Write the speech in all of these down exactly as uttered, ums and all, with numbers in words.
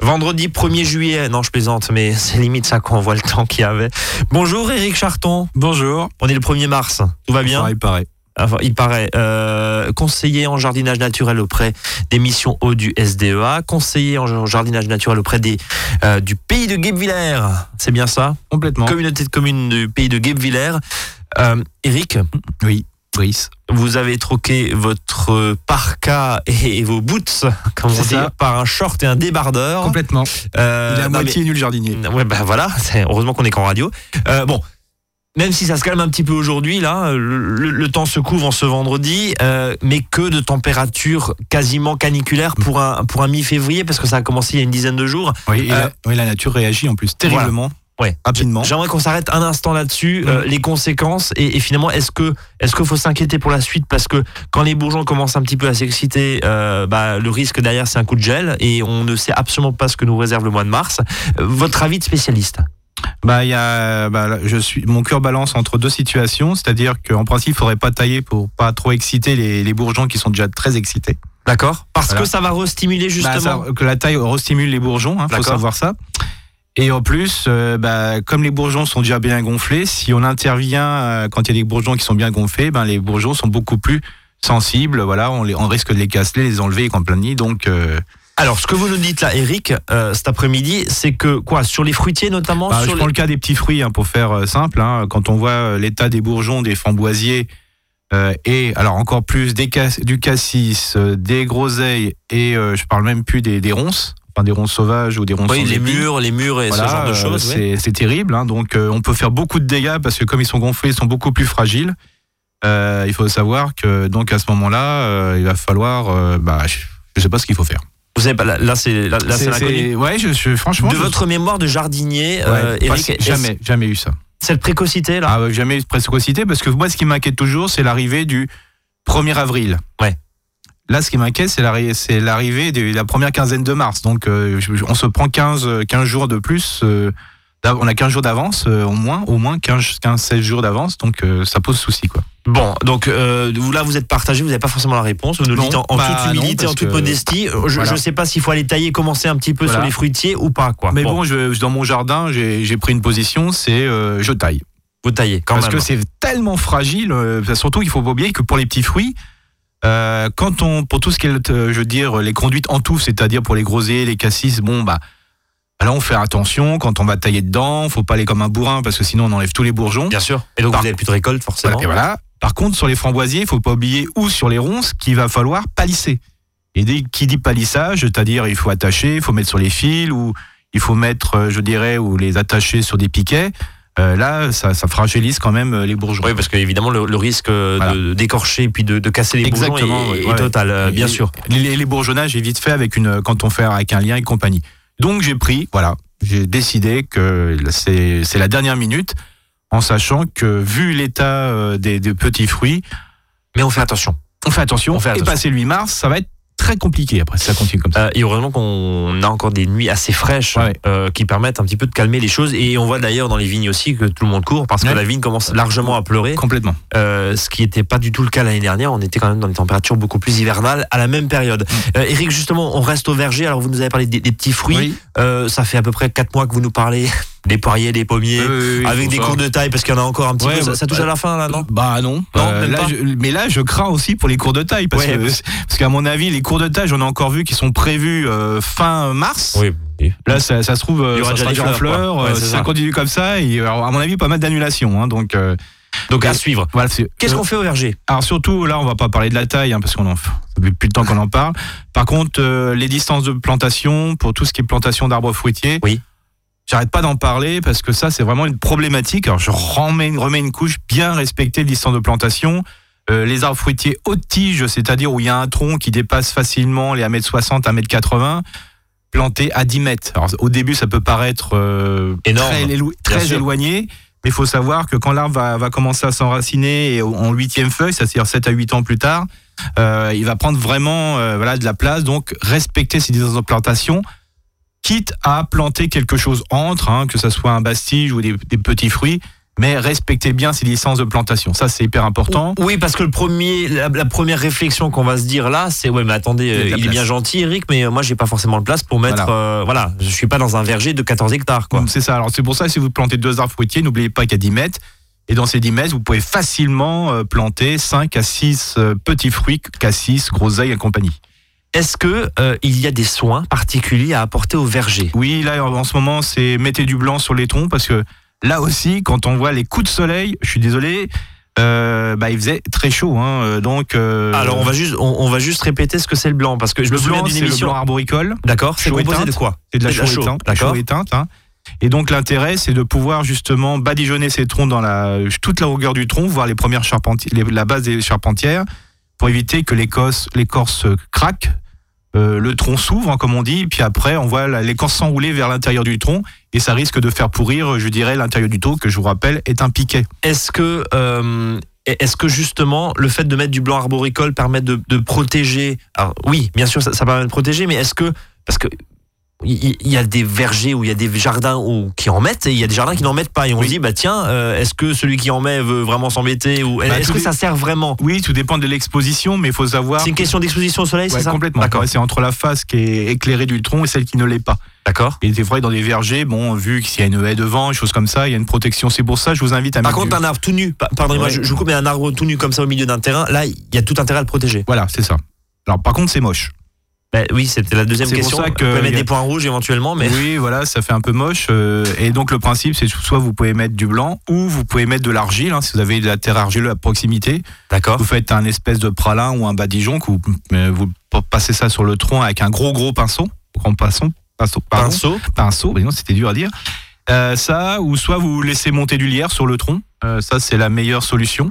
Vendredi premier juillet, non je plaisante, mais c'est limite ça quand on voit le temps qu'il y avait. Bonjour Éric Charton. Bonjour. On est le premier mars, tout va bien ? Enfin, il paraît. Enfin, il paraît. Euh, conseiller en jardinage naturel auprès des missions eau du S D E A, conseiller en jardinage naturel auprès des, euh, du pays de Guebwiller, c'est bien ça ? Complètement. Communauté de communes du pays de Guebwiller. Euh, Éric ? Oui, Brice. Vous avez troqué votre parka et, et vos boots, comme on dit, par un short et un débardeur. Complètement. Euh, il est à moitié mais, nul jardinier. Ouais, ben voilà, c'est, heureusement qu'on est qu'en radio. Euh, bon. Même si ça se calme un petit peu aujourd'hui, là, le, le, le temps se couvre en ce vendredi, euh, mais que de température quasiment caniculaire pour un, pour un mi-février, parce que ça a commencé il y a une dizaine de jours. Oui, et euh, la, oui la nature réagit en plus terriblement, voilà. Ouais. rapidement. J'aimerais qu'on s'arrête un instant là-dessus, mmh. euh, les conséquences, et, et finalement, est-ce que est-ce qu'il faut s'inquiéter pour la suite, parce que quand les bourgeons commencent un petit peu à s'exciter, euh, bah, le risque derrière, c'est un coup de gel, et on ne sait absolument pas ce que nous réserve le mois de mars. Euh, votre avis de spécialiste ? Bah, il y a, bah, je suis, mon cœur balance entre deux situations, c'est-à-dire qu'en principe, il faudrait pas tailler pour pas trop exciter les, les bourgeons qui sont déjà très excités. D'accord. Parce voilà. que ça va restimuler justement. Bah, ça, que la taille restimule les bourgeons, hein, faut savoir ça. Et en plus, euh, bah, comme les bourgeons sont déjà bien gonflés, si on intervient euh, quand il y a des bourgeons qui sont bien gonflés, ben les bourgeons sont beaucoup plus sensibles. Voilà, on, les, on risque de les casser, les enlever et compagnie. Donc euh, Alors, ce que vous nous dites là, Éric, euh, cet après-midi, c'est que quoi, sur les fruitiers notamment bah, sur Je les... prends le cas des petits fruits, hein, pour faire euh, simple. Hein, quand on voit l'état des bourgeons, des framboisiers, euh, et alors encore plus des cas, du cassis, euh, des groseilles, et euh, je parle même plus des, des ronces, enfin des ronces sauvages ou des ronces. Oui, les épines. murs, les murs et voilà, ce genre de choses. Euh, c'est, oui. c'est terrible. Hein, donc, euh, on peut faire beaucoup de dégâts parce que comme ils sont gonflés, ils sont beaucoup plus fragiles. Euh, il faut savoir que donc à ce moment-là, euh, il va falloir, euh, bah, je ne sais pas ce qu'il faut faire. Vous savez pas, là, là c'est, là, là, c'est, c'est l'inconnu. Ouais, je, je, franchement. De je... votre mémoire de jardinier, ouais, euh, Éric, jamais, jamais eu ça. Cette précocité là. Ah, ouais, jamais eu de précocité parce que moi, ce qui m'inquiète toujours, c'est l'arrivée du premier avril. Ouais. Là, ce qui m'inquiète, c'est l'arrivée, c'est l'arrivée de la première quinzaine de mars. Donc, euh, on se prend quinze, quinze jours de plus. Euh, on a quinze jours d'avance, euh, au moins, au moins quinze, quinze, seize jours d'avance. Donc, euh, ça pose souci, quoi. Bon, donc euh, vous là, vous êtes partagé, vous n'avez pas forcément la réponse. Vous nous le dites en, en bah, toute humilité, non, en toute que, modestie. Je ne voilà. sais pas s'il faut aller tailler, commencer un petit peu voilà. sur les fruitiers ou pas, quoi. Mais bon, bon je, dans mon jardin, j'ai, j'ai pris une position, c'est euh, je taille. Vous taillez, quand Parce même. Parce que c'est tellement fragile, euh, surtout qu'il faut pas oublier que pour les petits fruits, Euh, quand on, pour tout ce qui est, euh, je veux dire, les conduites en tout, c'est-à-dire pour les groseilles, les cassis, bon, bah, là, on fait attention quand on va tailler dedans, faut pas aller comme un bourrin parce que sinon on enlève tous les bourgeons. Bien sûr. Et donc Par, vous n'avez plus de récolte, forcément. Voilà, et voilà. Par contre, sur les framboisiers, il faut pas oublier, ou sur les ronces, qu'il va falloir palisser. Et dès qui dit palissage, c'est-à-dire, il faut attacher, il faut mettre sur les fils, ou il faut mettre, je dirais, ou les attacher sur des piquets. Euh, là, ça, ça fragilise quand même les bourgeons. Oui, parce qu'évidemment, le, le risque voilà. de d'écorcher puis de, de casser les Exactement, bourgeons est, ouais, est total, ouais. bien les, sûr. Les, les bourgeonnages est vite fait avec une, quand on fait avec un lien et compagnie. Donc, j'ai pris, voilà, j'ai décidé que c'est, c'est la dernière minute, en sachant que, vu l'état des, des petits fruits... Mais on fait attention. On fait attention. On fait attention. Et passé le huit mars, ça va être très compliqué après si ça continue comme ça. Euh, et heureusement qu'on a encore des nuits assez fraîches ouais. euh, qui permettent un petit peu de calmer les choses. Et on voit d'ailleurs dans les vignes aussi que tout le monde court parce que ouais. la vigne commence largement à pleurer. Complètement. Euh, ce qui n'était pas du tout le cas l'année dernière. On était quand même dans des températures beaucoup plus hivernales à la même période. Mmh. Euh, Éric, justement, on reste au verger. Alors vous nous avez parlé des, des petits fruits. Oui. Euh, ça fait à peu près quatre mois que vous nous parlez des poiriers, des pommiers, oui, oui, oui, avec des cours de taille parce qu'il y en a encore un petit ouais, peu. Ça, ça touche bah, à la fin là, non ? Bah non. Non, euh, même là, pas. Je, mais là, je crains aussi pour les cours de taille parce, ouais, que, parce qu'à mon avis, les cours de taille, j'en ai encore vu qui sont prévus euh, fin mars. Oui. Là, ça, ça se trouve, il y aura ça déjà des fleurs. Ouais, euh, si ça, ça continue comme ça, et, alors, à mon avis, pas mal d'annulations. Hein, donc. Euh, Donc à suivre. Voilà, c'est, Qu'est-ce euh, qu'on fait au verger ? Alors surtout, là, on va pas parler de la taille, hein, parce qu'on en, ça fait plus de temps qu'on en parle. Par contre, euh, les distances de plantation, pour tout ce qui est plantation d'arbres fruitiers, oui. j'arrête pas d'en parler parce que ça, c'est vraiment une problématique. Alors je remets, remets une couche, bien respecter les distances de plantation. Euh, les arbres fruitiers haute tige, c'est-à-dire où il y a un tronc qui dépasse facilement les un mètre soixante, un mètre quatre-vingts, planté à dix mètres. Alors au début, ça peut paraître euh, énorme, très, élou- très éloigné. Mais il faut savoir que quand l'arbre va, va commencer à s'enraciner et en huitième feuille, c'est-à-dire sept à huit ans plus tard, euh, il va prendre vraiment euh, voilà, de la place. Donc, respecter ces distances de plantation, quitte à planter quelque chose entre, hein, que ce soit un bastige ou des, des petits fruits, mais respectez bien ces licences de plantation. Ça, c'est hyper important. Oui, parce que le premier, la, la première réflexion qu'on va se dire là, c'est ouais, mais attendez, il, euh, il est bien gentil, Eric, mais euh, moi, j'ai pas forcément de place pour mettre. Voilà. Euh, voilà, je suis pas dans un verger de quatorze hectares, quoi. C'est ça. Alors, c'est pour ça, si vous plantez deux arbres fruitiers, n'oubliez pas qu'il y a dix mètres. Et dans ces dix mètres, vous pouvez facilement euh, planter cinq à six euh, petits fruits, cassis, groseilles et compagnie. Est-ce que euh, il y a des soins particuliers à apporter au verger ? Oui, là, en ce moment, c'est mettez du blanc sur les troncs parce que là aussi, quand on voit les coups de soleil, je suis désolé, euh, bah, il faisait très chaud. Hein, donc, euh... Alors, on va, juste, on, on va juste répéter ce que c'est le blanc. Parce que je le me souviens blanc, d'une c'est émission. Le blanc arboricole. D'accord, c'est composé éteinte. De quoi ? C'est de la chaux éteinte. D'accord. éteinte hein. Et donc, l'intérêt, c'est de pouvoir justement badigeonner ces troncs dans la, toute la longueur du tronc, voir les premières charpentières, la base des charpentières, pour éviter que l'écorce, l'écorce craque. Euh, le tronc s'ouvre, hein, comme on dit, puis après on voit l'écorce s'enrouler vers l'intérieur du tronc et ça risque de faire pourrir, je dirais, l'intérieur du tronc, que je vous rappelle est un piquet. Est-ce que, euh, est-ce que justement le fait de mettre du blanc arboricole permet de, de protéger ? Alors oui, bien sûr, ça, ça permet de protéger, mais est-ce que, parce que il y a des vergers ou il y a des jardins où, qui en mettent et il y a des jardins qui n'en mettent pas et on oui. se dit bah tiens euh, est-ce que celui qui en met veut vraiment s'embêter ou bah, est-ce que dé... ça sert vraiment ? Oui, tout dépend de l'exposition, mais il faut savoir. C'est une question d'exposition au soleil, ouais, c'est ça ? Complètement. D'accord. Ouais, c'est entre la face qui est éclairée du tronc et celle qui ne l'est pas. D'accord. Et c'est vrai dans des vergers, bon, vu qu'il y a une haie devant, des choses comme ça, il y a une protection. C'est pour ça, je vous invite à. Par mettre. Par contre, du... un arbre tout nu, pardonnez-moi, ouais. je, je coupe, mais un arbre tout nu comme ça au milieu d'un terrain, là, il y a tout intérêt à le protéger. Voilà, c'est ça. Alors, par contre, c'est moche. Ben oui, c'était la deuxième c'est question. Pour ça que vous pouvez mettre a... des points rouges éventuellement, mais oui, voilà, ça fait un peu moche. Euh, et donc le principe, c'est soit vous pouvez mettre du blanc ou vous pouvez mettre de l'argile, hein, si vous avez de la terre argileuse à proximité. D'accord. Vous faites un espèce de pralin ou un badigeon, que vous, euh, vous passez ça sur le tronc avec un gros gros pinceau, grand pinceau, pinceau, pardon, pinceau, pinceau. Non, c'était dur à dire. Euh, ça, ou soit vous laissez monter du lierre sur le tronc. Euh, ça, c'est la meilleure solution.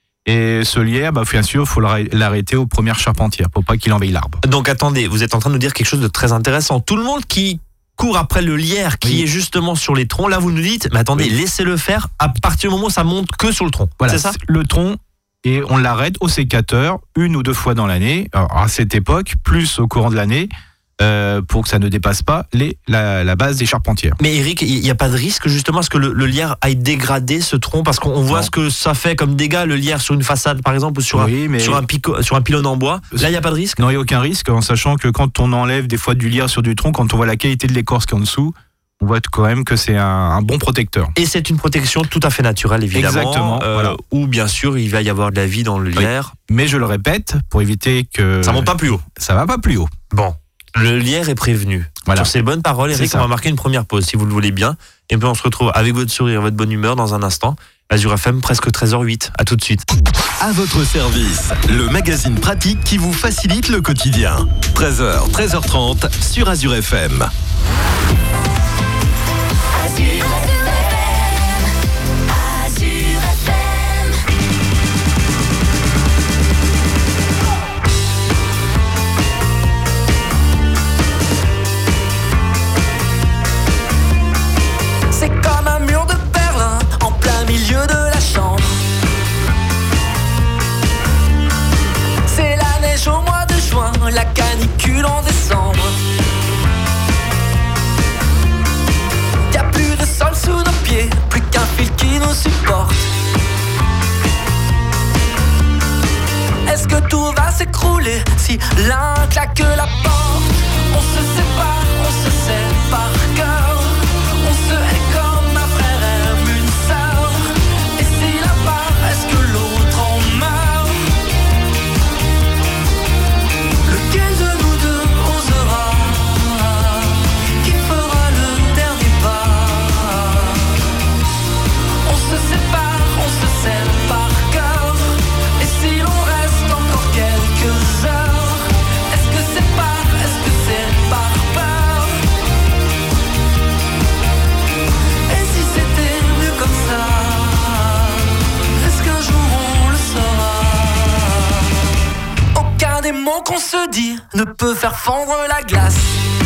Et ce lierre, bah, bien sûr, il faut l'arrêter aux premières charpentières pour pas qu'il envahisse l'arbre. Donc attendez, vous êtes en train de nous dire quelque chose de très intéressant. Tout le monde qui court après le lierre qui oui. est justement sur les troncs, là vous nous dites, mais attendez, oui. laissez-le faire à partir du moment où ça monte que sur le tronc. Voilà, c'est ça ? Le tronc, et on l'arrête au sécateur une ou deux fois dans l'année, alors à cette époque, plus au courant de l'année, Euh, pour que ça ne dépasse pas les, la, la base des charpentières. Mais Eric, il n'y a pas de risque justement à ce que le, le lierre aille dégrader ce tronc, parce qu'on voit non. ce que ça fait comme dégâts, le lierre sur une façade par exemple, ou sur, oui, un, mais... sur, un, pico, sur un pylône en bois. Là, il n'y a pas de risque ? Non, il n'y a aucun risque, en sachant que quand on enlève des fois du lierre sur du tronc, quand on voit la qualité de l'écorce qui est en dessous, on voit quand même que c'est un, un bon protecteur. Et c'est une protection tout à fait naturelle, évidemment. Exactement. Euh, voilà. Où bien sûr, il va y avoir de la vie dans le lierre. Oui. Mais je le répète, pour éviter que... Ça ne monte pas plus haut. Ça ne va pas plus haut. Bon. Le lierre est prévenu. Voilà. Sur ces bonnes paroles, Eric, on va marquer une première pause, si vous le voulez bien. Et puis on se retrouve avec votre sourire, votre bonne humeur dans un instant. Azure F M, presque treize heures zéro huit. À tout de suite. À votre service, le magazine pratique qui vous facilite le quotidien. treize heures, treize heures trente sur Azure F M. La canicule en décembre. Y'a plus de sol sous nos pieds, plus qu'un fil qui nous supporte. Est-ce que tout va s'écrouler si l'un claque la porte? On se sépare, on se sait par cœur. On se hait comme un frère aime une sœur. Et si là-bas, est-ce que l'autre en meurt? Lequel de nous deux osera? Qui fera le dernier pas? On se sépare, on se sait par cœur. Et si l'on reste encore quelques heures, est-ce que c'est par, est-ce que c'est par peur? Et si c'était mieux comme ça, est-ce qu'un jour on le saura? Aucun des mots qu'on se dit ne peut faire fondre la glace.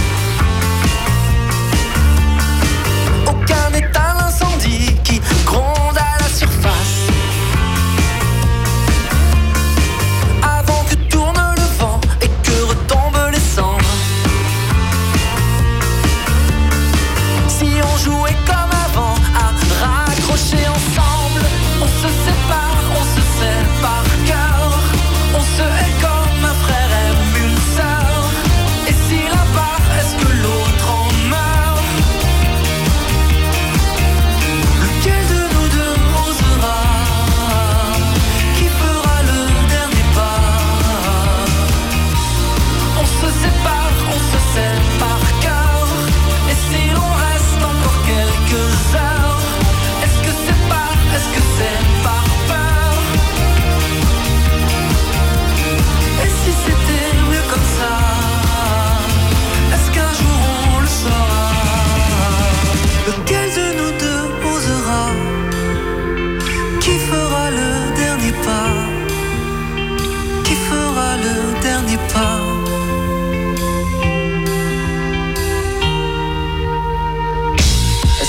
Aucun état d'incendie qui gronde à la surface. Avant que tourne le vent et que retombent les cendres. Si on jouait comme avant à raccrocher ensemble.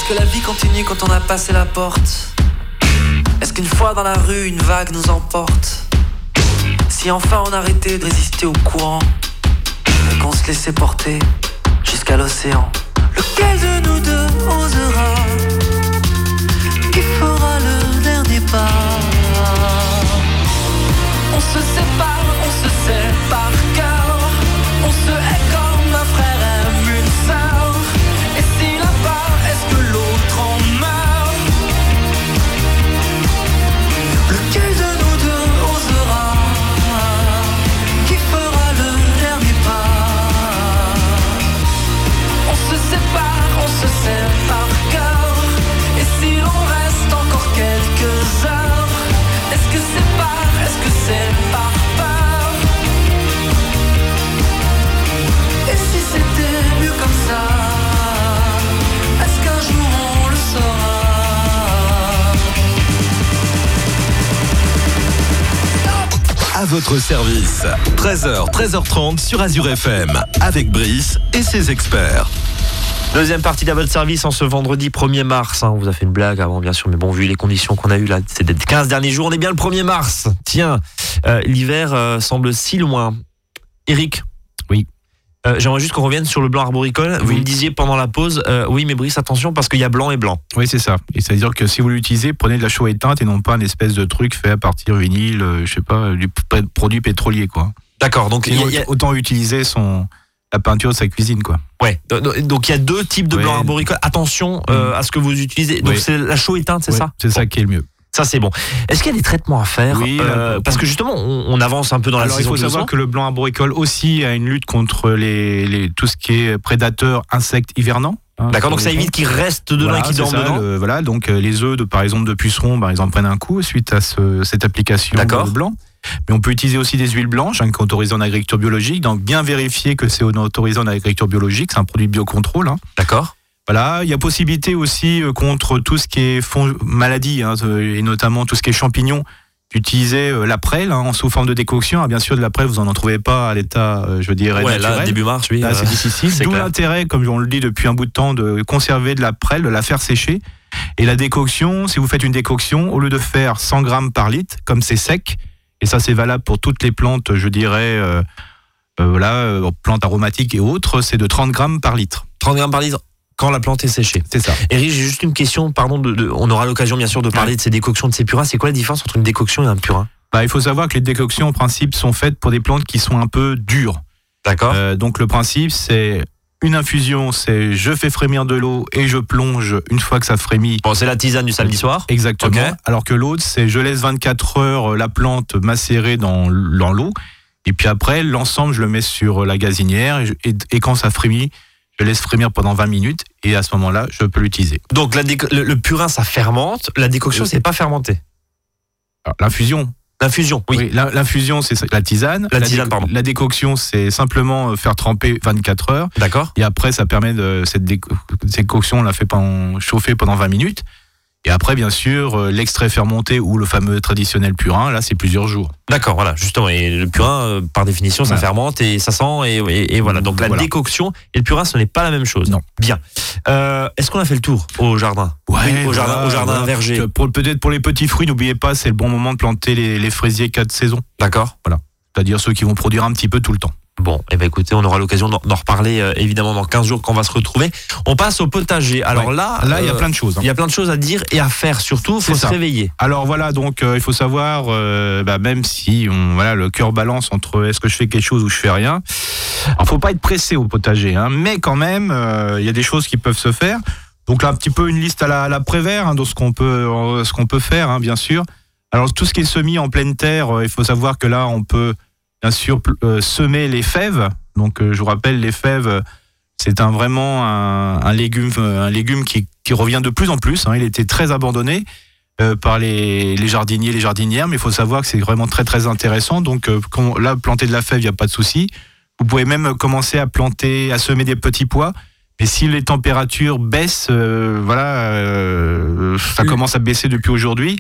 que la vie continue quand on a passé la porte? Est-ce qu'une fois dans la rue, une vague nous emporte? Si enfin on arrêtait de résister au courant et qu'on se laissait porter jusqu'à l'océan, lequel de nous deux osera? Qui fera le dernier pas? On se sépare, on se sait par cœur. On se hait comme un frère aime une sœur. Et si là-bas, est-ce que l'autre en meurt? Lequel de nous deux osera? Qui fera le dernier pas? On se sépare, on se sait par cœur. Et si l'on reste encore quelques heures, est-ce que c'est par, est-ce que c'est par peur? Et si c'était mieux comme ça, est-ce qu'un jour on le saura? À votre service, treize heures, treize heures trente sur Azure F M, avec Brice et ses experts. Deuxième partie d'à votre service en ce vendredi premier mars. Hein. On vous a fait une blague avant, bien sûr, mais bon, vu les conditions qu'on a eues là, ces quinze derniers jours, on est bien le premier mars. Tiens, euh, l'hiver euh, semble si loin. Eric? Oui. Euh, j'aimerais juste qu'on revienne sur le blanc arboricole. Vous Oui. me disiez pendant la pause, euh, oui, mais Brice, attention, parce qu'il y a blanc et blanc. Oui, c'est ça. Et c'est-à-dire que si vous l'utilisez, prenez de la chaux éteinte et non pas une espèce de truc fait à partir vinyle, euh, je sais pas, du p- produit pétrolier, quoi. D'accord, donc il y a, il y a- Autant utiliser son, la peinture de sa cuisine, quoi. ouais, donc il y a deux types de Ouais. blanc arboricole. Attention euh, à ce que vous utilisez. Donc Oui. c'est la chaux éteinte, c'est Ouais, ça? C'est ça qui est le mieux. Ça, c'est bon. Est-ce qu'il y a des traitements à faire? Oui, Euh, là, parce que justement, on, on avance un peu dans la Alors il saison faut de savoir l'oiseau. que le blanc arboricole aussi a une lutte contre les, les, tout ce qui est prédateurs, insectes hivernants. hein, D'accord, sur donc les ça plantes. évite qu'ils restent dedans Voilà, et qu'ils c'est dorment ça, dedans. le- voilà, donc euh, les œufs de par exemple de pucerons, par exemple, prennent un coup suite à ce, cette application D'accord. de blanc. Mais on peut utiliser aussi des huiles blanches, hein, qui sont autorisées en agriculture biologique. Donc bien vérifier que c'est autorisé en agriculture biologique, c'est un produit de biocontrôle. Hein. D'accord. Voilà, il y a possibilité aussi euh, contre tout ce qui est fond, maladie, hein, et notamment tout ce qui est champignons, d'utiliser euh, la prêle hein, sous forme de décoction. Ah, bien sûr, de la prêle, vous n'en trouvez pas à l'état, euh, je dirais, Ouais, naturel. là, début mars, oui. Là, euh, c'est difficile. c'est D'où clair. l'intérêt, comme on le dit depuis un bout de temps, de conserver de la prêle, de la faire sécher. Et la décoction, si vous faites une décoction, au lieu de faire cent grammes par litre, comme c'est sec, et ça c'est valable pour toutes les plantes, je dirais, euh, euh, voilà, euh, plantes aromatiques et autres, c'est de trente grammes par litre. trente grammes par litre quand la plante est séchée. C'est ça. Eric, j'ai juste une question, pardon, de, de- on aura l'occasion bien sûr de parler Ouais. de ces décoctions, de ces purins. C'est quoi la différence entre une décoction et un purin? Bah, il faut savoir que les décoctions, en principe, sont faites pour des plantes qui sont un peu dures. D'accord. Euh, donc le principe, c'est une infusion, c'est je fais frémir de l'eau et je plonge une fois que ça frémit. Bon, c'est la tisane du samedi soir. Exactement. Ok. Alors que l'autre, c'est je laisse vingt-quatre heures la plante macérer dans, dans l'eau. Et puis après, l'ensemble, je le mets sur la gazinière. Et, je- et- et quand ça frémit, je laisse frémir pendant vingt minutes. Et à ce moment-là, je peux l'utiliser. Donc la déco- le, le purin, ça fermente. La décoction, Oui. c'est pas fermenté. Alors, l'infusion. L'infusion, oui. Oui, la- l'infusion, c'est la tisane. La dé- tisane, pardon. La décoction, c'est simplement faire tremper vingt-quatre heures. D'accord. Et après, ça permet de cette déco- décoction, on la fait pendant, chauffer pendant vingt minutes. Et après, bien sûr, euh, l'extrait fermenté ou le fameux traditionnel purin, là, c'est plusieurs jours. D'accord, voilà, justement. Et le purin, euh, par définition, ça Voilà. fermente et ça sent. Et, et- et voilà. Donc la Voilà. décoction et le purin, ce n'est pas la même chose. Non. Bien. Euh, Est-ce qu'on a fait le tour au jardin? Oui, au jardin, voilà, au jardin voilà. verger. Que pour- Peut-être pour les petits fruits, n'oubliez pas, c'est le bon moment de planter les, les fraisiers quatre saisons. D'accord. C'est-à-dire ceux qui vont produire un petit peu tout le temps. Bon, eh ben écoutez, on aura l'occasion d'en d'en reparler euh, évidemment dans quinze jours quand on va se retrouver. On passe au potager. Alors Ouais. là, Là, il y a euh, plein de choses. hein. il y a plein de choses à dire et à faire. Surtout, il faut C'est se ça. réveiller. Alors voilà, donc euh, il faut savoir, euh, bah, même si on, voilà, le cœur balance entre est-ce que je fais quelque chose ou je fais rien. Alors faut pas être pressé au potager, hein, mais quand même, euh, il y a des choses qui peuvent se faire. Donc là, un petit peu une liste à la, à la Prévert hein, de ce qu'on peut, euh, ce qu'on peut faire, hein, bien sûr. Alors tout ce qui est semis en pleine terre, euh, il faut savoir que là, on peut bien sûr pl- euh, semer les fèves. Donc euh, je vous rappelle, les fèves, euh, c'est un, vraiment un, un légume, euh, un légume qui, qui revient de plus en plus. Hein, il était très abandonné euh, par les, les jardiniers, les jardinières, mais il faut savoir que c'est vraiment très très intéressant. Donc euh, quand- là, planter de la fève, il n'y a pas de souci. Vous pouvez même commencer à planter, à semer des petits pois. Mais si les températures baissent, euh, voilà, euh, ça commence à baisser depuis aujourd'hui.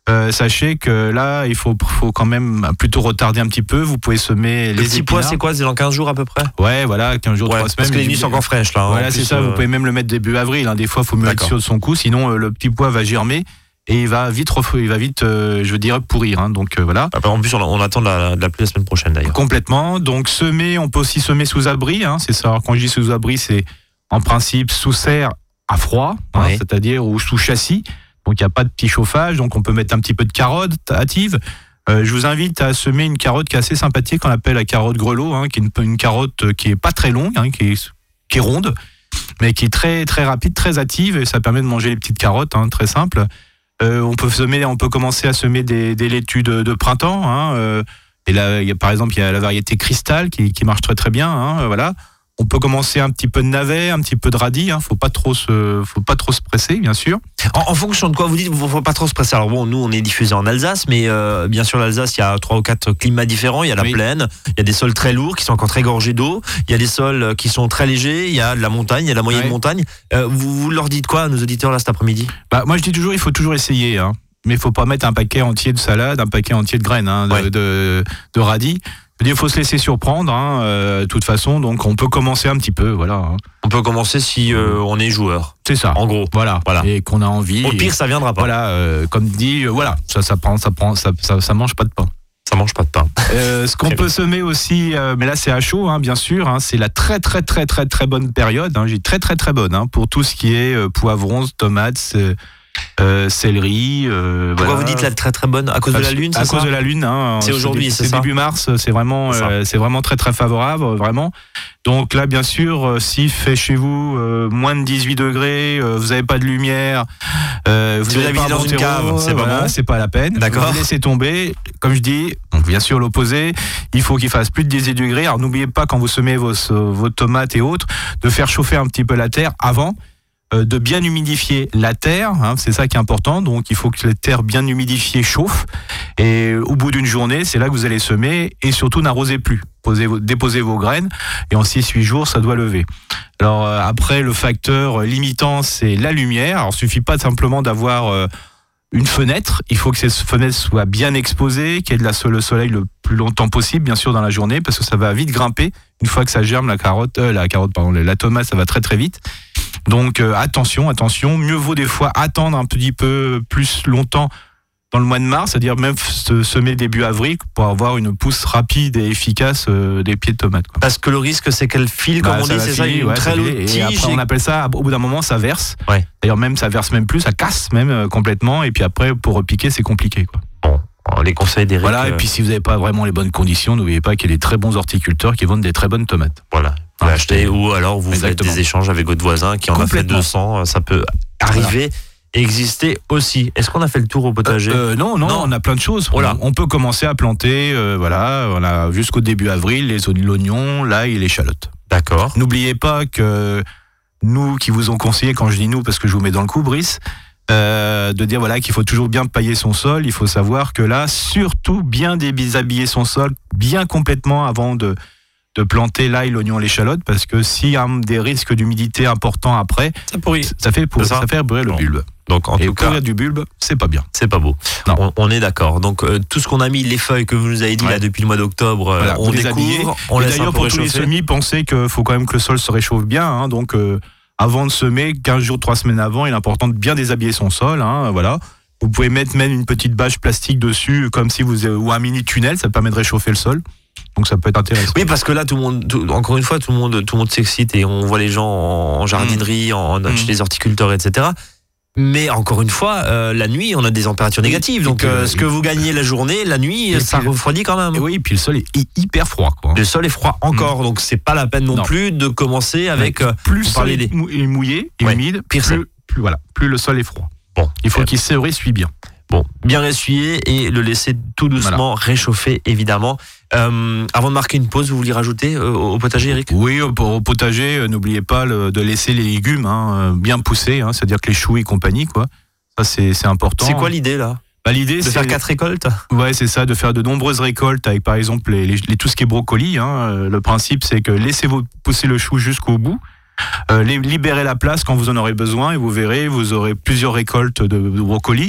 Euh, sachez que là, il faut, faut quand même plutôt retarder un petit peu. Vous pouvez semer Le les petit épinards. pois, c'est quoi? C'est dans quinze jours à peu près? Ouais, voilà, quinze jours, Ouais, trois semaines. parce que les nuits sont encore fraîches là. hein. Voilà, En c'est plus, ça. euh, Vous pouvez même le mettre début avril. Hein. Des fois, il faut mieux être D'accord. sûr de son coup. Sinon, euh, le petit pois va germer et il va vite, ref- il va vite euh, je veux dire, pourrir. Hein. Donc euh, voilà. ah, En plus, on, on attend de la, de la pluie la semaine prochaine d'ailleurs. Complètement. Donc semer, on peut aussi semer sous abri. Hein. C'est ça. Alors, quand je dis sous abri, c'est en principe sous serre à froid, hein, Ouais. c'est-à-dire ou sous châssis. Donc il n'y a pas de petit chauffage. Donc on peut mettre un petit peu de carotte hâtive. Euh, je vous invite à semer une carotte qui est assez sympathique, qu'on appelle la carotte grelot, hein, qui est une, une carotte qui est pas très longue, hein, qui, est, qui est ronde, mais qui est très très rapide, très active, et ça permet de manger les petites carottes, hein, très simple. Euh, on peut semer, on peut commencer à semer des, des laitues de, de printemps. Hein, euh, et là, il y a, par exemple, il y a la variété cristal qui, qui marche très très bien. Hein, euh, voilà. On peut commencer un petit peu de navet, un petit peu de radis. Hein, faut pas trop se, faut pas trop se presser, bien sûr. En, en fonction de quoi vous dites, il ne faut pas trop se presser. Alors bon, nous on est diffusé en Alsace, mais euh, bien sûr l'Alsace, il y a trois ou quatre climats différents. Il y a la Oui. plaine, il y a des sols très lourds qui sont encore très gorgés d'eau. Il y a des sols qui sont très légers. Il y a de la montagne, il y a de la moyenne Ouais. montagne. Euh, vous, vous leur dites quoi à nos auditeurs là cet après-midi? Bah, moi, je dis toujours, il faut toujours essayer. Hein. Mais il faut pas mettre un paquet entier de salade, un paquet entier de graines, hein, de, Ouais. de, de radis. Je veux dire, il faut se laisser surprendre, hein, euh, de toute façon. Donc, on peut commencer un petit peu, voilà. Hein. On peut commencer si euh, on est joueur. C'est ça. En gros. Voilà. Voilà. Et qu'on a envie. Au pire, et, ça viendra pas. voilà, euh, comme dit, euh, voilà, ça, ça prend, ça prend, ça, ça, ça mange pas de pain. Ça mange pas de pain. Euh, ce qu'on Très peut semer aussi, euh, mais là c'est à chaud, hein, bien sûr. Hein, c'est la très très très très très bonne période. Hein, j'ai très très très bonne hein, pour tout ce qui est euh, poivrons, tomates, euh, euh, céleri. Euh, Pourquoi voilà. vous dites la très très bonne? À cause de la lune, À c'est cause ça? de la lune. Hein, C'est aujourd'hui, c'est ça début mars. C'est vraiment, C'est ça. euh, c'est vraiment très très favorable, vraiment. Donc là, bien sûr, euh, s'il fait chez vous euh, moins de dix-huit degrés, euh, vous n'avez pas de lumière, euh, Si vous avez habitez pas un dans une bon terreau, cave, c'est pas voilà, bon. c'est pas la peine. D'accord. Vous laissez tomber. Comme je dis, donc bien sûr l'opposé. Il faut qu'il fasse plus de dix-huit degrés. Alors n'oubliez pas quand vous semez vos, vos tomates et autres, de faire chauffer un petit peu la terre avant. Euh, de bien humidifier la terre, hein, c'est ça qui est important. Donc il faut que la terre bien humidifiée chauffe. Et au bout d'une journée, c'est là que vous allez semer. Et surtout, n'arrosez plus. Posez vos, déposez vos graines. Et en six huit jours, ça doit lever. Alors euh, après, le facteur limitant, c'est la lumière. Alors il suffit pas simplement d'avoir euh, une fenêtre. Il faut que cette fenêtre soit bien exposée, qu'il y ait de la, le soleil le plus longtemps possible, bien sûr, dans la journée, parce que ça va vite grimper. Une fois que ça germe, la carotte, euh, la carotte, pardon, la tomate, ça va très très vite. Donc euh, attention, attention, mieux vaut des fois attendre un petit peu plus longtemps dans le mois de mars, c'est-à-dire même se semer début avril pour avoir une pousse rapide et efficace euh, des pieds de tomates. Quoi. Parce que le risque, c'est qu'elle file, comme Bah, on ça dit, va c'est ça, filer, une ouais, très ça lourde filer. Et tige. après, on appelle ça, au bout d'un moment, ça verse. Ouais. D'ailleurs, même ça verse même plus, ça casse même euh, complètement. Et puis après, pour repiquer, c'est compliqué. Quoi. Bon, les conseils d'Éric. Voilà. euh, Et puis si vous n'avez pas vraiment les bonnes conditions, n'oubliez pas qu'il y a des très bons horticulteurs qui vendent des très bonnes tomates. Voilà. Vous Ah, l'achetez, ou alors vous Exactement. faites des échanges avec votre voisin qui en a fait Complètement. deux cents. Ça peut arriver et exister aussi. Est-ce qu'on a fait le tour au potager? Euh, non, non, Non. on a plein de choses. Voilà. On, on peut commencer à planter, euh, voilà, on a jusqu'au début avril les l'oignon, l'ail et l'échalote. D'accord. N'oubliez pas que nous qui vous ont conseillé, quand je dis nous parce que je vous mets dans le coup, Brice, euh, de dire voilà qu'il faut toujours bien pailler son sol. Il faut savoir que là, surtout bien déshabiller son sol, bien complètement avant de de planter l'ail, l'oignon, l'échalote, parce que s'il y a des risques d'humidité importants après, Ça pourrit. ça fait pour, C'est ça ça fait brûler le Bon. bulbe. Donc en Et tout cas, courir du bulbe, c'est pas bien. c'est pas beau. Non. On, on est d'accord. Donc euh, tout ce qu'on a mis, les feuilles que vous nous avez dit Ouais. là depuis le mois d'octobre, euh, Voilà, on vous les habillez. découvre, on Et laisse un d'ailleurs, peu pour tous les réchauffer. semis, pensez qu'il faut quand même que le sol se réchauffe bien. Hein, donc, euh, avant de semer, quinze jours, trois semaines avant, il est important de bien déshabiller son sol. Hein, voilà. Vous pouvez mettre même une petite bâche plastique dessus, comme si vous ou un mini tunnel, ça permet de réchauffer le sol. Donc ça peut être intéressant. Oui, parce que là, tout le monde, tout- encore une fois, tout le monde, tout le monde s'excite et on voit les gens en, en jardinerie, en, Mm. chez les horticulteurs, et cetera. Mais encore une fois, euh, la nuit, on a des températures Oui, négatives. et Donc, que- euh, ce que vous gagnez la journée, la nuit, Et ça puis le- refroidit quand même. Et oui, puis le sol est hy- hyper froid, quoi. Le sol est froid encore, donc c'est pas la peine non, Non. plus de commencer avec. euh, plus le vous sol parlez est des- mou- est mouillé et Ouais, humide, pire c'est. plus, plus voilà, plus le sol est froid. Bon, Il faut euh, qu'il se ressuie bien. bon, bien essuyer et le laisser tout doucement réchauffer, évidemment. Euh, avant de marquer une pause, vous vouliez rajouter euh, au potager, Eric? Oui, au, au potager, euh, n'oubliez pas le- de laisser les légumes hein, euh, bien poussés, hein, c'est-à-dire que les choux et compagnie, quoi. Ça, c'est c'est important. C'est quoi l'idée là? Bah, l'idée, De c'est faire quatre récoltes? Ouais, c'est ça, de faire de nombreuses récoltes avec, par exemple, les, les- les- tout ce qui est brocoli. Hein. Euh, Le principe, c'est que laissez-vous pousser le chou jusqu'au bout. Euh, les- libérez la place quand vous en aurez besoin et vous verrez, vous aurez plusieurs récoltes de, de brocoli.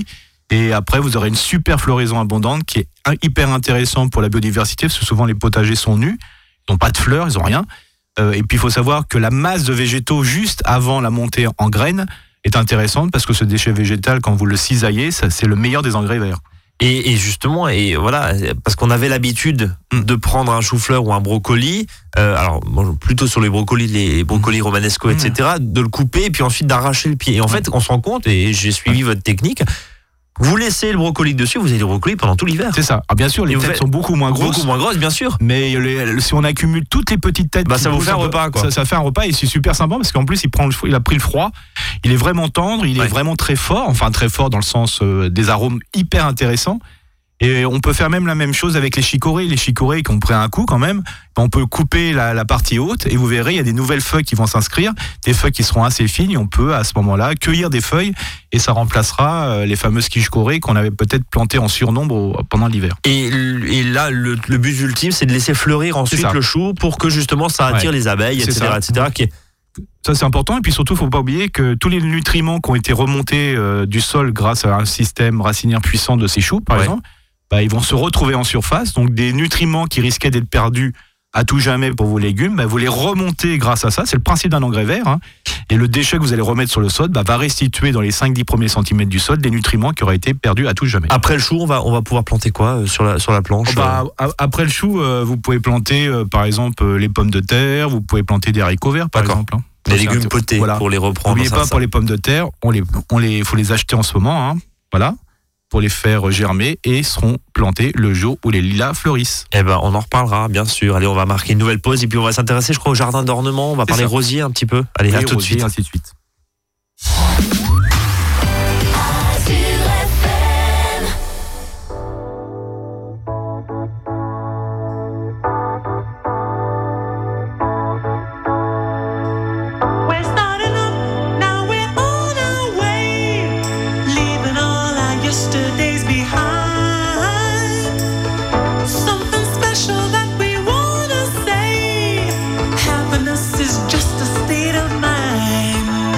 Et après, vous aurez une super floraison abondante qui est hyper intéressante pour la biodiversité, parce que souvent les potagers sont nus, ils n'ont pas de fleurs, ils n'ont rien. Euh, et puis il faut savoir que la masse de végétaux juste avant la montée en graines est intéressante, parce que ce déchet végétal, quand vous le cisaillez, ça, c'est le meilleur des engrais verts. Et, et justement, et voilà, parce qu'on avait l'habitude de prendre un chou-fleur ou un brocoli, euh, alors bon, plutôt sur les brocolis, les brocolis romanesco, et cetera, de le couper et puis ensuite d'arracher le pied. Et en fait, on se rend compte, et j'ai suivi votre technique, vous laissez le brocoli dessus, vous avez le brocoli pendant tout l'hiver. C'est ça. Ah, bien sûr, les têtes faites... sont beaucoup moins grosses. Beaucoup moins grosses, bien sûr. Mais les, si on accumule toutes les petites têtes, bah, ça vous fait un repas, quoi. Ça, ça fait un repas et c'est super sympa parce qu'en plus, il, prend le, il a pris le froid. Il est vraiment tendre, il ouais. est vraiment très fort. Enfin, très fort dans le sens euh, des arômes hyper intéressants. Et on peut faire même la même chose avec les chicorées. Les chicorées qui ont pris un coup quand même, on peut couper la, la partie haute et vous verrez, il y a des nouvelles feuilles qui vont s'inscrire, des feuilles qui seront assez fines et on peut à ce moment-là cueillir des feuilles et ça remplacera les fameuses chicorées qu'on avait peut-être plantées en surnombre pendant l'hiver. Et, et là, le, le but ultime, c'est de laisser fleurir ensuite le chou pour que justement ça attire ouais. les abeilles, et cetera, et cetera. Qui est... Ça, c'est important. Et puis surtout, il ne faut pas oublier que tous les nutriments qui ont été remontés euh, du sol grâce à un système racinaire puissant de ces choux, par ouais. exemple, bah, ils vont se retrouver en surface, donc des nutriments qui risquaient d'être perdus à tout jamais pour vos légumes, bah, vous les remontez grâce à ça, c'est le principe d'un engrais vert, hein. Et le déchet que vous allez remettre sur le sol bah, va restituer dans les cinq dix premiers centimètres du sol des nutriments qui auraient été perdus à tout jamais. Après le chou, on va, on va pouvoir planter quoi euh, sur, la, sur la planche bah, euh... Après le chou, euh, vous pouvez planter euh, par exemple euh, les pommes de terre, vous pouvez planter des haricots verts par exemple. Hein. Les ça, légumes potés voilà. pour les reprendre. N'oubliez pas ça. Pour les pommes de terre, on les, on les, faut les acheter en ce moment, hein. Voilà. Pour les faire germer et seront plantés le jour où les lilas fleurissent. Eh ben, on en reparlera, bien sûr. Allez, on va marquer une nouvelle pause et puis on va s'intéresser, je crois, au jardin d'ornement. On va C'est parler ça. Rosier un petit peu. Allez, à tout de suite. Ainsi de suite. Yesterday's behind. Something special that we wanna say. Happiness is just a state of mind.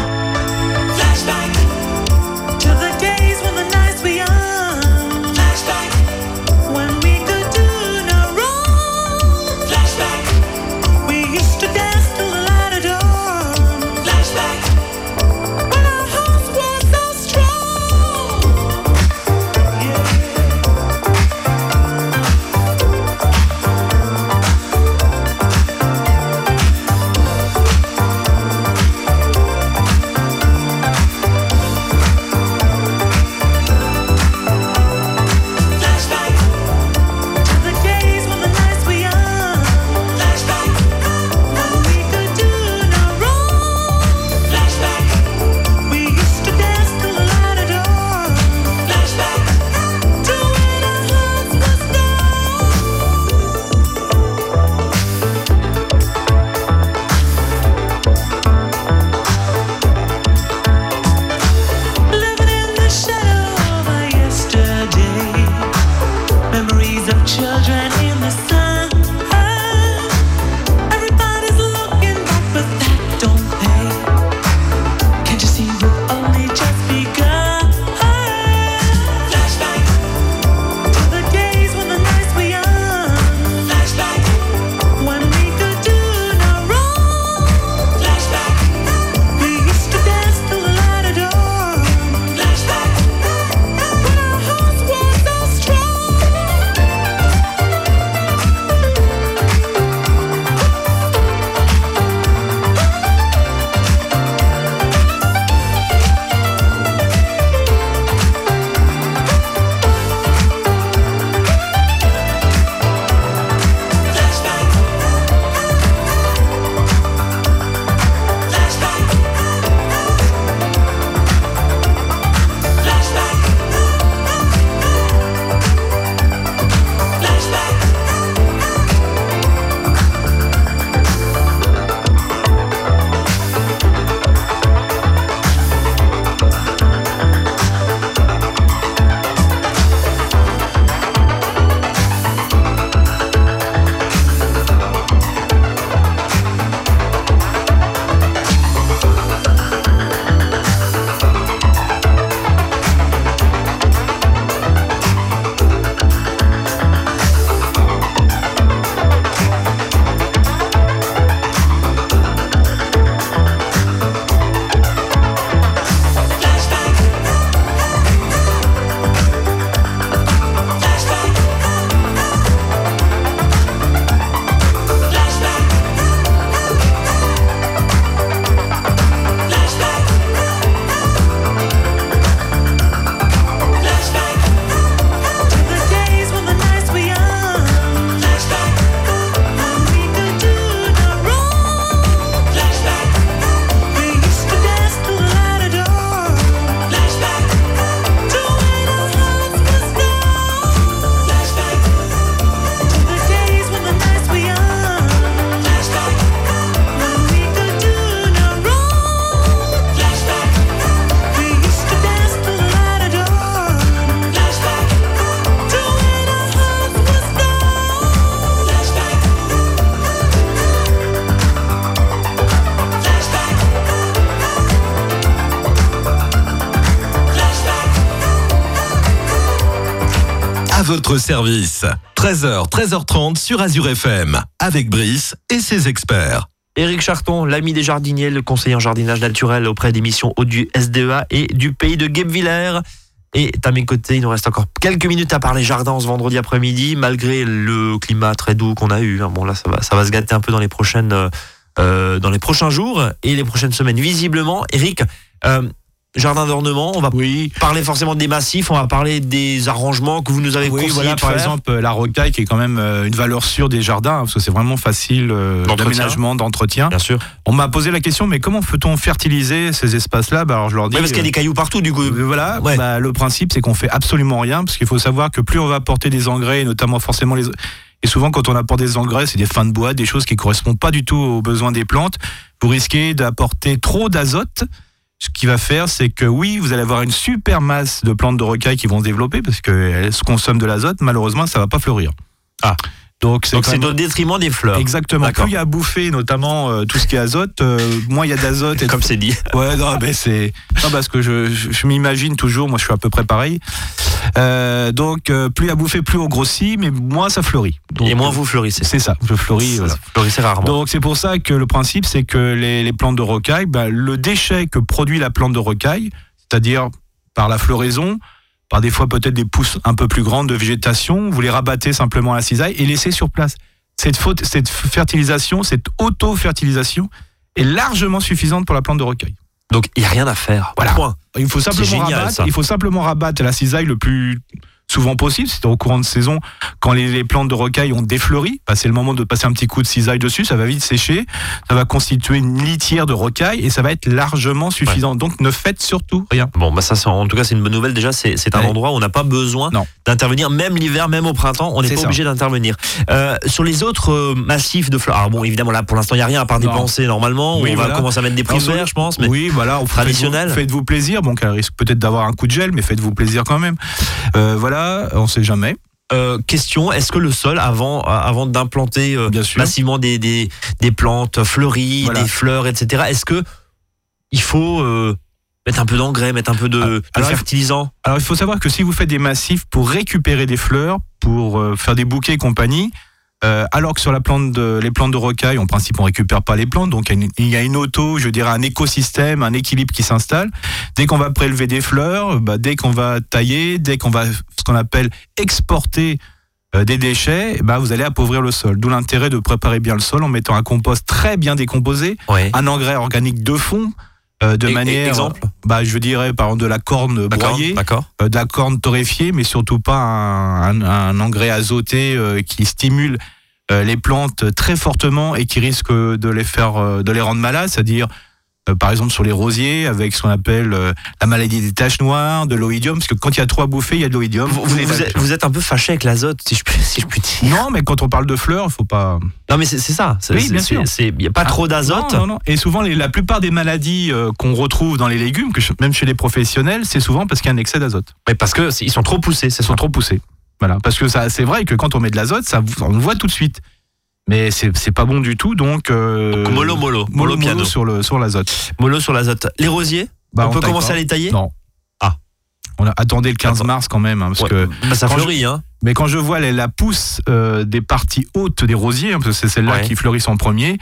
votre service. treize heures, treize heures trente sur Azure F M, avec Brice et ses experts. Éric Charton, l'ami des jardiniers, le conseiller en jardinage naturel auprès des missions Hauts du S D E A et du pays de Guebwiller. Et à mes côtés, il nous reste encore quelques minutes à parler jardin ce vendredi après-midi, malgré le climat très doux qu'on a eu. Bon là, ça va, ça va se gâter un peu dans les prochaines, euh, dans les prochains jours et les prochaines semaines, visiblement. Éric, euh, jardin d'ornement, on va Oui. parler forcément des massifs, on va parler des arrangements que vous nous avez Oui, conseillé voilà, de par faire. exemple, la rocaille qui est quand même euh, une valeur sûre des jardins, hein, parce que c'est vraiment facile euh, D'entretien. d'aménagement, d'entretien. Bien sûr. On m'a posé la question, mais comment peut-on fertiliser ces espaces-là? Bah, alors je leur dis. Ouais, parce qu'il y a des cailloux partout, du coup. Euh, Voilà, Ouais. bah, le principe c'est qu'on fait absolument rien, parce qu'il faut savoir que plus on va apporter des engrais, et notamment forcément les... Et souvent quand on apporte des engrais, c'est des fins de bois, des choses qui ne correspondent pas du tout aux besoins des plantes. Vous risquez d'apporter trop d'azote. Ce qui va faire, c'est que oui, vous allez avoir une super masse de plantes de rocaille qui vont se développer, parce qu'elles se consomment de l'azote, malheureusement ça ne va pas fleurir. Ah. Donc c'est Donc quand c'est même- au détriment des fleurs. Exactement. D'accord. Plus il y a à bouffer, notamment euh, tout ce qui est azote, euh, moins il y a d'azote. Et Comme c'est dit. Ouais, non, mais c'est. Non, parce que je, je, je m'imagine toujours, moi je suis à peu près pareil. Euh, donc, euh, plus il y a à bouffer, plus on grossit, mais moins ça fleurit. Donc, Et moins vous fleurissez. C'est ça, je fleuris. Voilà. Vous fleurissez rarement. Donc, c'est pour ça que le principe, c'est que les, les plantes de rocaille, bah, le déchet que produit la plante de rocaille, c'est-à-dire par la floraison, par des fois peut-être des pousses un peu plus grandes de végétation, vous les rabattez simplement à la cisaille et laissez sur place. Cette, faute, cette fertilisation, cette auto-fertilisation est largement suffisante pour la plante de rocaille. Donc il n'y a rien à faire. Voilà. Point. Il faut simplement génial, rabattre. ça. Il faut simplement rabattre la cisaille le plus souvent possible. C'est au courant de saison quand les, les plantes de rocaille ont défleuri. Bah, c'est le moment de passer un petit coup de cisaille dessus. Ça va vite sécher. Ça va constituer une litière de rocaille et ça va être largement suffisant. Donc ne faites surtout rien. Bon, bah ça, c'est- en tout cas, c'est une bonne nouvelle. Déjà, c'est, c'est un Ouais. endroit où on n'a pas besoin Non. d'intervenir, même l'hiver, même au printemps, on n'est C'est pas ça. obligé d'intervenir. Euh, sur les autres euh, massifs de fleurs, alors bon, évidemment, là, pour l'instant, il n'y a rien à part des Non. pensées normalement. Oui, on va voilà. commencer à mettre des Alors, sur- primeurs, je pense. Mais Oui, voilà. Faites-vous- traditionnel. Faites-vous plaisir. Bon, elle risque peut-être d'avoir un coup de gel, mais faites-vous plaisir quand même. Euh, voilà, on sait jamais. Euh, question, est-ce que le sol, avant, euh, avant d'implanter euh, Bien sûr. massivement des, des, des plantes fleuries, Voilà. des fleurs, et cetera, est-ce que il faut euh, mettre un peu d'engrais, mettre un peu de, Ah, de alors, fertilisant? Alors, il faut savoir que si vous faites des massifs pour récupérer des fleurs, pour euh, faire des bouquets et compagnie, euh, alors que sur la plante de, les plantes de rocaille, en principe, on récupère pas les plantes, donc il y a une, il y a une auto, je dirais un écosystème, un équilibre qui s'installe. Dès qu'on va prélever des fleurs, bah, dès qu'on va tailler, dès qu'on va ce qu'on appelle exporter euh, des déchets, bah, vous allez appauvrir le sol. D'où l'intérêt de préparer bien le sol en mettant un compost très bien décomposé, Ouais. un engrais organique de fond, euh, de E- manière, exemple bah, je dirais par exemple de la corne D'accord, broyée. d'accord. Euh, de la corne torréfiée, mais surtout pas un, un- un engrais azoté euh, qui stimule euh, les plantes très fortement et qui risque de les faire, euh, de les rendre malades, c'est-à-dire euh, par exemple sur les rosiers avec ce qu'on appelle euh, la maladie des taches noires, de l'oïdium, parce que quand il y a trop à bouffer, il y a de l'oïdium. Vous, vous- vous êtes, vous êtes un peu fâché avec l'azote, si je, puis- si je puis dire. Non, mais quand on parle de fleurs, il faut pas. Non, mais c'est, c'est ça. C'est, Oui, c'est- bien c'est- sûr. c'est- Il n'y a pas Ah, trop d'azote. Non, non, non. Et souvent, les- la plupart des maladies euh, qu'on retrouve dans les légumes, que je- même chez les professionnels, c'est souvent parce qu'il y a un excès d'azote. Mais parce que c'est- ils sont trop poussés, c'est Ils ça. sont trop poussés. Voilà, parce que ça, c'est vrai que quand on met de l'azote, ça, on le voit tout de suite. Mais c'est, c'est pas bon du tout, donc. euh, Donc, mollo, mollo, mollo, mollo, piano. mollo sur le sur l'azote. Mollo sur l'azote. Les rosiers, Bah, on, peut taille commencer pas. à les tailler. Non. Ah. On a attendez le quinze Attends. mars quand même, hein, parce Ouais. que. Bah, ça Quand fleurit, hein. Mais quand je vois les- la pousse euh, des parties hautes des rosiers, hein, parce que c'est celles-là Ouais. qui fleurissent en premier,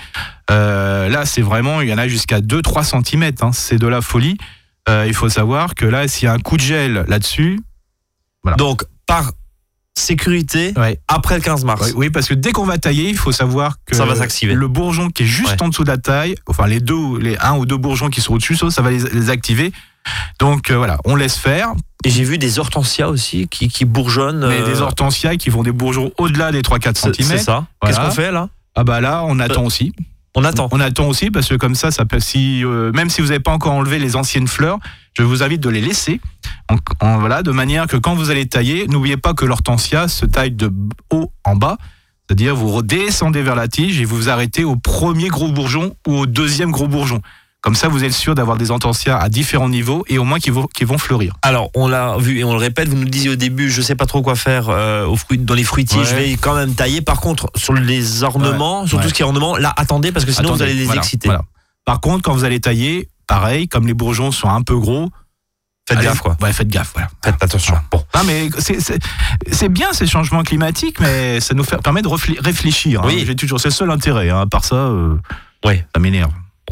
euh, là c'est vraiment, il y en a jusqu'à deux à trois centimètres, hein, c'est de la folie. Euh, il faut savoir que là, s'il y a un coup de gel là-dessus, voilà. Donc, par sécurité, ouais. après le quinze mars. Oui, oui, parce que dès qu'on va tailler, il faut savoir que Ça va s'activer. le bourgeon qui est juste Ouais. en dessous de la taille, enfin les deux, les un ou deux bourgeons qui sont au-dessus, ça, ça va les, les activer. Donc euh, voilà, on laisse faire. Et j'ai vu des hortensias aussi qui, qui bourgeonnent. Mais euh, des hortensias qui font des bourgeons au-delà des trois à quatre c'est, c'est centimètres. ça. Voilà. Qu'est-ce qu'on fait là? Ah bah là, on attend aussi. On attend. On attend aussi parce que comme ça, ça peut, si, euh, même si vous n'avez pas encore enlevé les anciennes fleurs, je vous invite de les laisser. En, en- voilà, de manière que quand vous allez tailler, n'oubliez pas que l'hortensia se taille de haut en bas. C'est-à-dire vous redescendez vers la tige et vous vous arrêtez au premier gros bourgeon ou au deuxième gros bourgeon. Comme ça, vous êtes sûr d'avoir des hortensias à différents niveaux et au moins qui vont, qui vont fleurir. Alors, on l'a vu et on le répète, vous nous disiez au début, je sais pas trop quoi faire euh, aux fruits, dans les fruitiers, Ouais. je vais quand même tailler. Par contre, sur les ornements, sur Ouais. tout ce qui est ornement, là, attendez, parce que sinon Attendez, vous allez les voilà, exciter. voilà. Par contre, quand vous allez tailler, pareil, comme les bourgeons sont un peu gros, Faites allez, gaffe, quoi. Ouais, faites gaffe, voilà. Faites attention. Bon. Ah, mais c'est, c'est, c'est bien ces changements climatiques, mais ça nous fait, permet de reflé- réfléchir. Oui. Hein. J'ai toujours, c'est le seul intérêt. Hein. À part ça, euh, Ouais. ça m'énerve.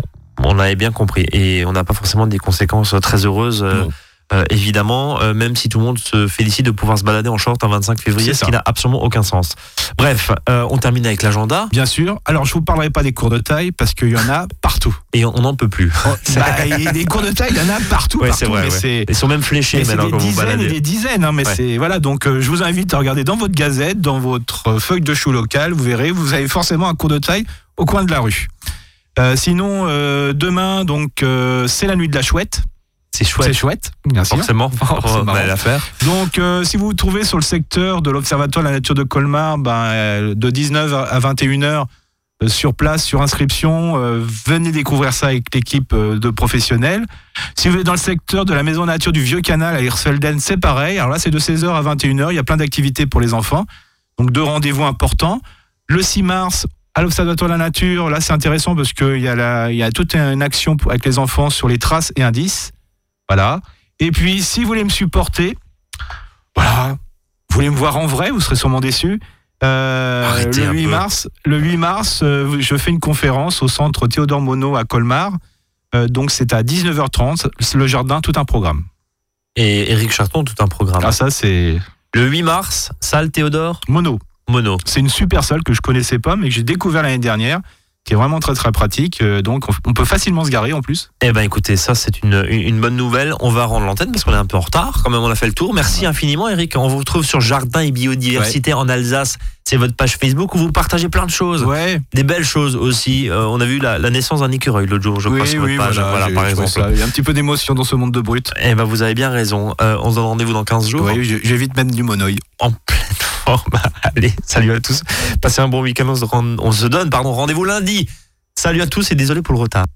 On avait bien compris. Et on n'a pas forcément des conséquences très heureuses. euh, Non. Euh, évidemment, euh, même si tout le monde se félicite de pouvoir se balader en short un vingt-cinq février, C'est ce ça. qui n'a absolument aucun sens. Bref, euh, on termine avec l'agenda Bien sûr. Alors, je vous parlerai pas des cours de taille parce qu'il y en a partout. et on n'en peut plus. Bah, et les cours de taille, il y en a partout, Ouais, partout. c'est vrai, mais ouais. c'est, Ils sont même fléchés mais c'est maintenant des quand vous dizaines et baladez. des dizaines. Hein, mais Ouais. c'est voilà. Donc, euh, je vous invite à regarder dans votre gazette, dans votre euh, feuille de chou locale. Vous verrez, vous avez forcément un cours de taille au coin de la rue. Euh, sinon, euh, demain, donc, euh, c'est la nuit de la chouette. C'est chouette. C'est chouette, bien sûr. Forcément, Oh, c'est marrant. belle affaire. Donc, euh, si vous vous trouvez sur le secteur de l'Observatoire de la nature de Colmar, ben, euh, de dix-neuf à vingt et une heures, euh, sur place, sur inscription, euh, venez découvrir ça avec l'équipe euh, de professionnels. Si vous êtes dans le secteur de la Maison Nature du Vieux Canal à Hirsfelden, c'est pareil. Alors là, c'est de seize heures à vingt et une heures. Il y a plein d'activités pour les enfants. Donc, deux rendez-vous importants. Le six mars, à l'Observatoire de la nature, là, c'est intéressant parce qu'il y a, la, il y a toute une action pour- avec les enfants sur les traces et indices. Voilà. Et puis, si vous voulez me supporter, voilà, vous voulez me voir en vrai, vous serez sûrement déçus. Euh, Arrêtez le un huit peu. mars, le huit mars, euh, je fais une conférence au centre Théodore Monod à Colmar. Euh, donc, c'est à dix-neuf heures trente. C'est le jardin, tout un programme. Et Éric Charton, tout un programme. Ah, ça, c'est Le huit mars, salle Théodore Monod. Mono. C'est une super salle que je connaissais pas, mais que j'ai découvert l'année dernière, qui est vraiment très très pratique. Euh, donc, on, on peut facilement se garer en plus. Eh ben écoutez, ça c'est une, une une bonne nouvelle. On va rendre l'antenne parce qu'on est un peu en retard. Quand même, on a fait le tour. Merci infiniment, Eric. On vous retrouve sur Jardin et Biodiversité en Alsace. C'est votre page Facebook où vous partagez plein de choses. Ouais. Des belles choses aussi. Euh, on a vu la, la naissance d'un écureuil l'autre jour, je crois, sur votre page. Voilà, j'ai- par je trouvais exemple. ça. Il y a un petit peu d'émotion dans ce monde de brut. Eh ben vous avez bien raison. Euh, on se donne rendez-vous dans quinze jours. Oui, je, je vais vite mettre du monoï. En pleine forme. Allez, salut à tous. Passez un bon week-end. On se, rend- on se donne pardon, rendez-vous lundi. Salut à tous et désolé pour le retard.